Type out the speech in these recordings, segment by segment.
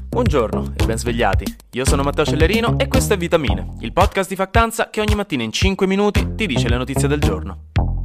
Buongiorno e ben svegliati, io sono Matteo Cellerino e questo è Vitamine, il podcast di Factanza che ogni mattina in 5 minuti ti dice le notizie del giorno.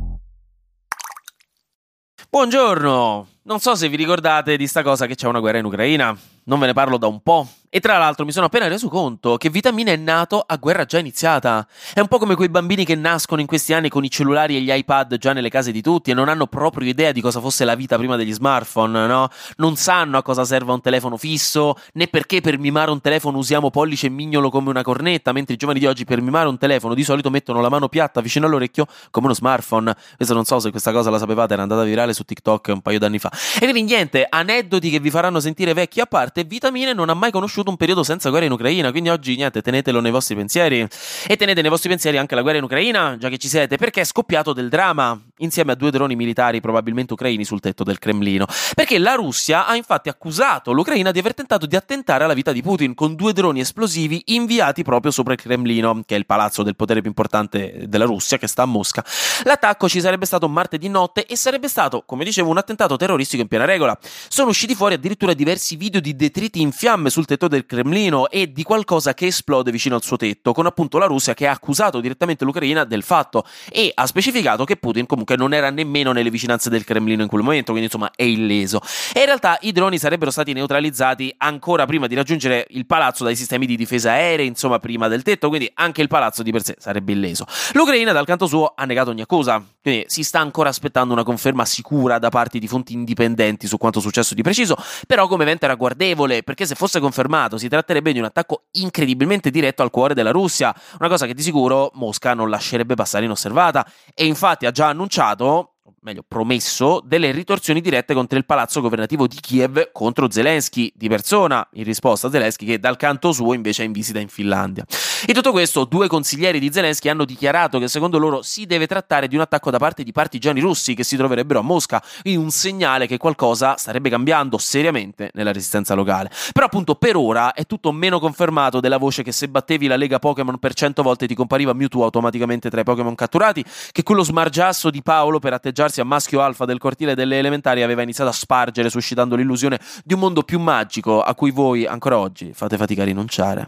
Buongiorno! Non so se vi ricordate di sta cosa che c'è una guerra in Ucraina, non ve ne parlo da un po'. E tra l'altro mi sono appena reso conto che Vitamine è nato a guerra già iniziata. È un po' come quei bambini che nascono in questi anni con i cellulari e gli iPad già nelle case di tutti e non hanno proprio idea di cosa fosse la vita prima degli smartphone, no? Non sanno a cosa serva un telefono fisso, né perché per mimare un telefono usiamo pollice e mignolo come una cornetta, mentre i giovani di oggi per mimare un telefono di solito mettono la mano piatta vicino all'orecchio come uno smartphone. Questo non so se questa cosa la sapevate, era andata virale su TikTok un paio d'anni fa. E quindi niente, aneddoti che vi faranno sentire vecchi a parte, Vitamine non ha mai conosciuto un periodo senza guerra in Ucraina, quindi oggi niente, tenetelo nei vostri pensieri e tenete nei vostri pensieri anche la guerra in Ucraina, già che ci siete, perché è scoppiato del dramma insieme a 2 droni militari probabilmente ucraini sul tetto del Cremlino, perché la Russia ha infatti accusato l'Ucraina di aver tentato di attentare alla vita di Putin con 2 droni esplosivi inviati proprio sopra il Cremlino, che è il palazzo del potere più importante della Russia, che sta a Mosca. L'attacco ci sarebbe stato martedì notte e sarebbe stato, come dicevo, un attentato terroristico in piena regola. Sono usciti fuori addirittura diversi video di detriti in fiamme sul tetto del Cremlino e di qualcosa che esplode vicino al suo tetto, con appunto la Russia che ha accusato direttamente l'Ucraina del fatto e ha specificato che Putin comunque non era nemmeno nelle vicinanze del Cremlino in quel momento, quindi insomma è illeso. E in realtà i droni sarebbero stati neutralizzati ancora prima di raggiungere il palazzo dai sistemi di difesa aerea, insomma prima del tetto, quindi anche il palazzo di per sé sarebbe illeso. L'Ucraina dal canto suo ha negato ogni accusa, quindi si sta ancora aspettando una conferma sicura da parte di fonti indipendenti su quanto successo di preciso, però come evento era guardevole, perché se fosse confermato si tratterebbe di un attacco incredibilmente diretto al cuore della Russia, una cosa che di sicuro Mosca non lascerebbe passare inosservata, e infatti ha già annunciato, o meglio promesso, delle ritorsioni dirette contro il palazzo governativo di Kiev contro Zelensky di persona, in risposta a Zelensky che dal canto suo invece è in visita in Finlandia. In tutto questo 2 consiglieri di Zelensky hanno dichiarato che secondo loro si deve trattare di un attacco da parte di partigiani russi che si troverebbero a Mosca, quindi un segnale che qualcosa starebbe cambiando seriamente nella resistenza locale. Però appunto per ora è tutto meno confermato della voce che se battevi la Lega Pokémon per 100 volte ti compariva Mewtwo automaticamente tra i Pokémon catturati, che quello smargiasso di Paolo per atteggiarsi a maschio alfa del cortile delle elementari aveva iniziato a spargere, suscitando l'illusione di un mondo più magico a cui voi ancora oggi fate fatica a rinunciare.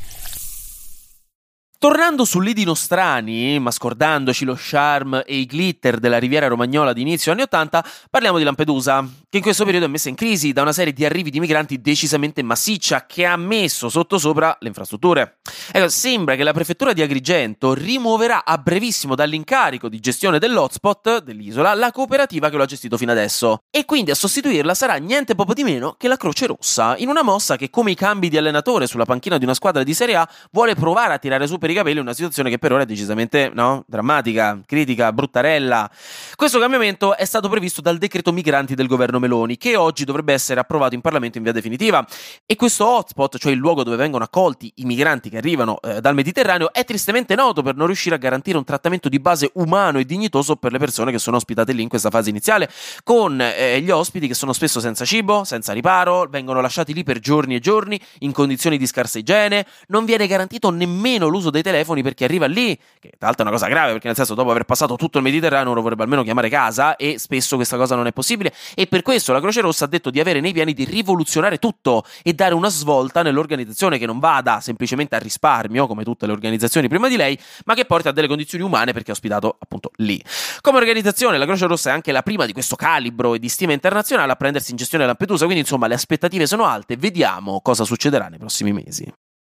Tornando su lidi nostrani, ma scordandoci lo charme e i glitter della riviera romagnola di inizio anni 80, parliamo di Lampedusa, che in questo periodo è messa in crisi da una serie di arrivi di migranti decisamente massiccia che ha messo sottosopra le infrastrutture. Ecco, sembra che la prefettura di Agrigento rimuoverà a brevissimo dall'incarico di gestione dell'hotspot dell'isola la cooperativa che lo ha gestito fino adesso, e quindi a sostituirla sarà niente poco di meno che la Croce Rossa, in una mossa che, come i cambi di allenatore sulla panchina di una squadra di Serie A, vuole provare a tirare su per i capelli una situazione che per ora è decisamente drammatica, critica, bruttarella. Questo cambiamento è stato previsto dal decreto migranti del governo Meloni, che oggi dovrebbe essere approvato in Parlamento in via definitiva, e questo hotspot, cioè il luogo dove vengono accolti i migranti che arrivano dal Mediterraneo, è tristemente noto per non riuscire a garantire un trattamento di base umano e dignitoso per le persone che sono ospitate lì in questa fase iniziale, con gli ospiti che sono spesso senza cibo, senza riparo, vengono lasciati lì per giorni e giorni in condizioni di scarsa igiene, non viene garantito nemmeno l'uso dei telefoni per chi arriva lì, che tra l'altro è una cosa grave, perché nel senso dopo aver passato tutto il Mediterraneo uno vorrebbe almeno chiamare casa, e spesso questa cosa non è possibile, e per questo la Croce Rossa ha detto di avere nei piani di rivoluzionare tutto e dare una svolta nell'organizzazione che non vada semplicemente a risparmio come tutte le organizzazioni prima di lei, ma che porti a delle condizioni umane per chi è ospitato appunto lì. Come organizzazione la Croce Rossa è anche la prima di questo calibro e di stima internazionale a prendersi in gestione Lampedusa, quindi insomma le aspettative sono alte, vediamo cosa succederà nei prossimi mesi.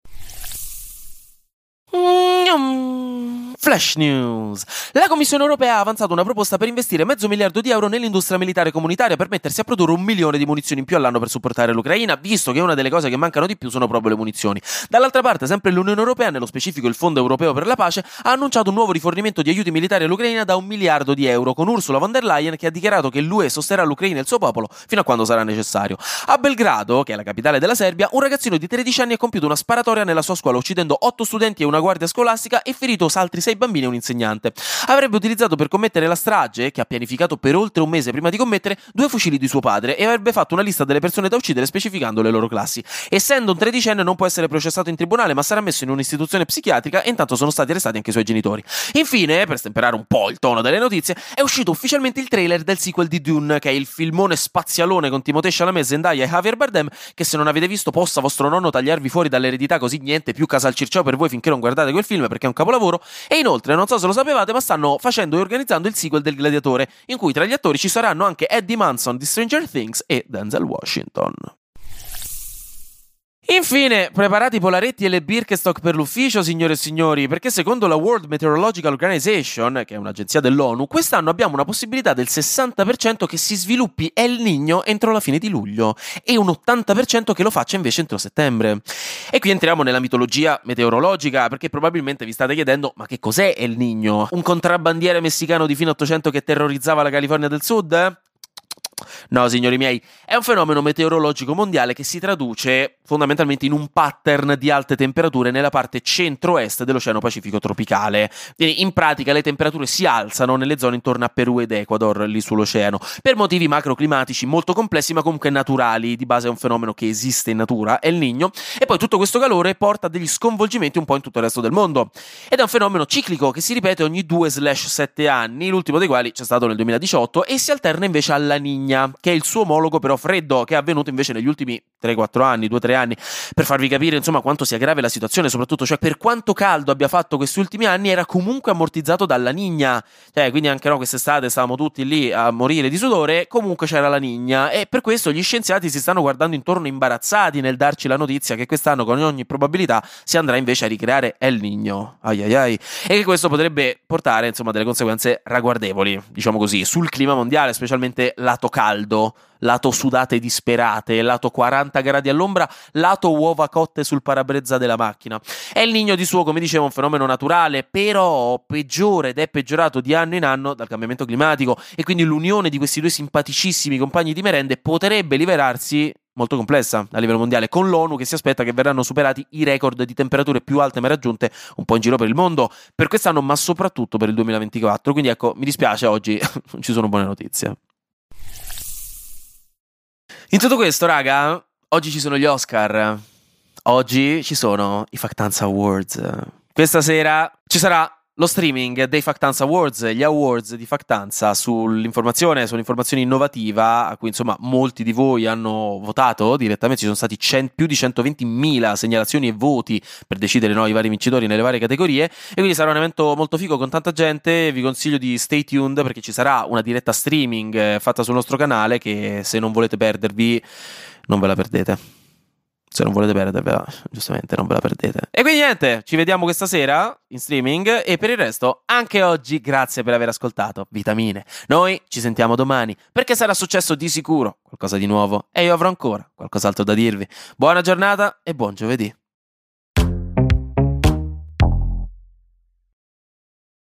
Flash News. La Commissione Europea ha avanzato una proposta per investire $500 miliardi nell'industria militare comunitaria per mettersi a produrre 1 milione di munizioni in più all'anno per supportare l'Ucraina, visto che una delle cose che mancano di più sono proprio le munizioni. Dall'altra parte, sempre l'Unione Europea, nello specifico il Fondo Europeo per la Pace, ha annunciato un nuovo rifornimento di aiuti militari all'Ucraina da €1 miliardo, con Ursula von der Leyen che ha dichiarato che l'UE sosterrà l'Ucraina e il suo popolo fino a quando sarà necessario. A Belgrado, che è la capitale della Serbia, un ragazzino di 13 anni ha compiuto una sparatoria nella sua scuola, uccidendo 8 studenti e una guardia scolastica e ferito altri 6 6 bambini e un insegnante. Avrebbe utilizzato per commettere la strage, che ha pianificato per oltre un mese prima di commettere, 2 fucili di suo padre e avrebbe fatto una lista delle persone da uccidere specificando le loro classi. Essendo un tredicenne non può essere processato in tribunale ma sarà messo in un'istituzione psichiatrica e intanto sono stati arrestati anche i suoi genitori. Infine, per stemperare un po' il tono delle notizie, è uscito ufficialmente il trailer del sequel di Dune, che è il filmone spazialone con Timothée Chalamet, Zendaya e Javier Bardem, che se non avete visto possa vostro nonno tagliarvi fuori dall'eredità, così niente più casa al Circeo per voi finché non guardate quel film perché è un capolavoro. E inoltre, non so se lo sapevate, ma stanno facendo e organizzando il sequel del Gladiatore, in cui tra gli attori ci saranno anche Eddie Munson di Stranger Things e Denzel Washington. Infine, preparati i polaretti e le Birkenstock per l'ufficio, signore e signori, perché secondo la World Meteorological Organization, che è un'agenzia dell'ONU, quest'anno abbiamo una possibilità del 60% che si sviluppi El Niño entro la fine di luglio e un 80% che lo faccia invece entro settembre. E qui entriamo nella mitologia meteorologica, perché probabilmente vi state chiedendo, ma che cos'è El Niño? Un contrabbandiere messicano di fine 800 che terrorizzava la California del Sud? No, signori miei, è un fenomeno meteorologico mondiale che si traduce fondamentalmente in un pattern di alte temperature nella parte centro-est dell'Oceano Pacifico tropicale. Quindi, in pratica, le temperature si alzano nelle zone intorno a Perù ed Ecuador, lì sull'oceano, per motivi macroclimatici molto complessi ma comunque naturali. Di base è un fenomeno che esiste in natura, è il Niño, e poi tutto questo calore porta a degli sconvolgimenti un po' in tutto il resto del mondo. Ed è un fenomeno ciclico che si ripete ogni 2/7 anni, l'ultimo dei quali c'è stato nel 2018, e si alterna invece alla Niña, che è il suo omologo però freddo, che è avvenuto invece negli ultimi 3-4 anni, 2-3 anni, per farvi capire insomma quanto sia grave la situazione, soprattutto cioè per quanto caldo abbia fatto questi ultimi anni era comunque ammortizzato dalla Niña, quindi anche no, quest'estate stavamo tutti lì a morire di sudore, comunque c'era la Niña, e per questo gli scienziati si stanno guardando intorno imbarazzati nel darci la notizia che quest'anno con ogni probabilità si andrà invece a ricreare El Niño, ai ai ai, e che questo potrebbe portare insomma delle conseguenze ragguardevoli, diciamo così, sul clima mondiale, specialmente lato caldo, lato sudate disperate, lato 40 gradi all'ombra, lato uova cotte sul parabrezza della macchina. È il Niño di suo, come dicevo, un fenomeno naturale, però peggiore ed è peggiorato di anno in anno dal cambiamento climatico, e quindi l'unione di questi due simpaticissimi compagni di merende potrebbe rivelarsi molto complessa a livello mondiale, con l'ONU che si aspetta che verranno superati i record di temperature più alte mai raggiunte un po' in giro per il mondo per quest'anno, ma soprattutto per il 2024. Quindi ecco, mi dispiace, oggi non ci sono buone notizie. In tutto questo, raga, oggi ci sono gli Oscar. Oggi ci sono i Factanza Awards. Questa sera ci sarà lo streaming dei Factanza Awards, gli awards di Factanza sull'informazione innovativa, a cui insomma molti di voi hanno votato direttamente. Ci sono stati più di 120.000 segnalazioni e voti per decidere i vari vincitori nelle varie categorie, e quindi sarà un evento molto figo con tanta gente. Vi consiglio di stay tuned perché ci sarà una diretta streaming fatta sul nostro canale che, se non volete perdervi, non ve la perdete. Se non volete perdervela, giustamente non ve la perdete. E quindi niente, ci vediamo questa sera in streaming, e per il resto anche oggi grazie per aver ascoltato Vitamine. Noi ci sentiamo domani, perché sarà successo di sicuro qualcosa di nuovo e io avrò ancora qualcos'altro da dirvi. Buona giornata e buon giovedì.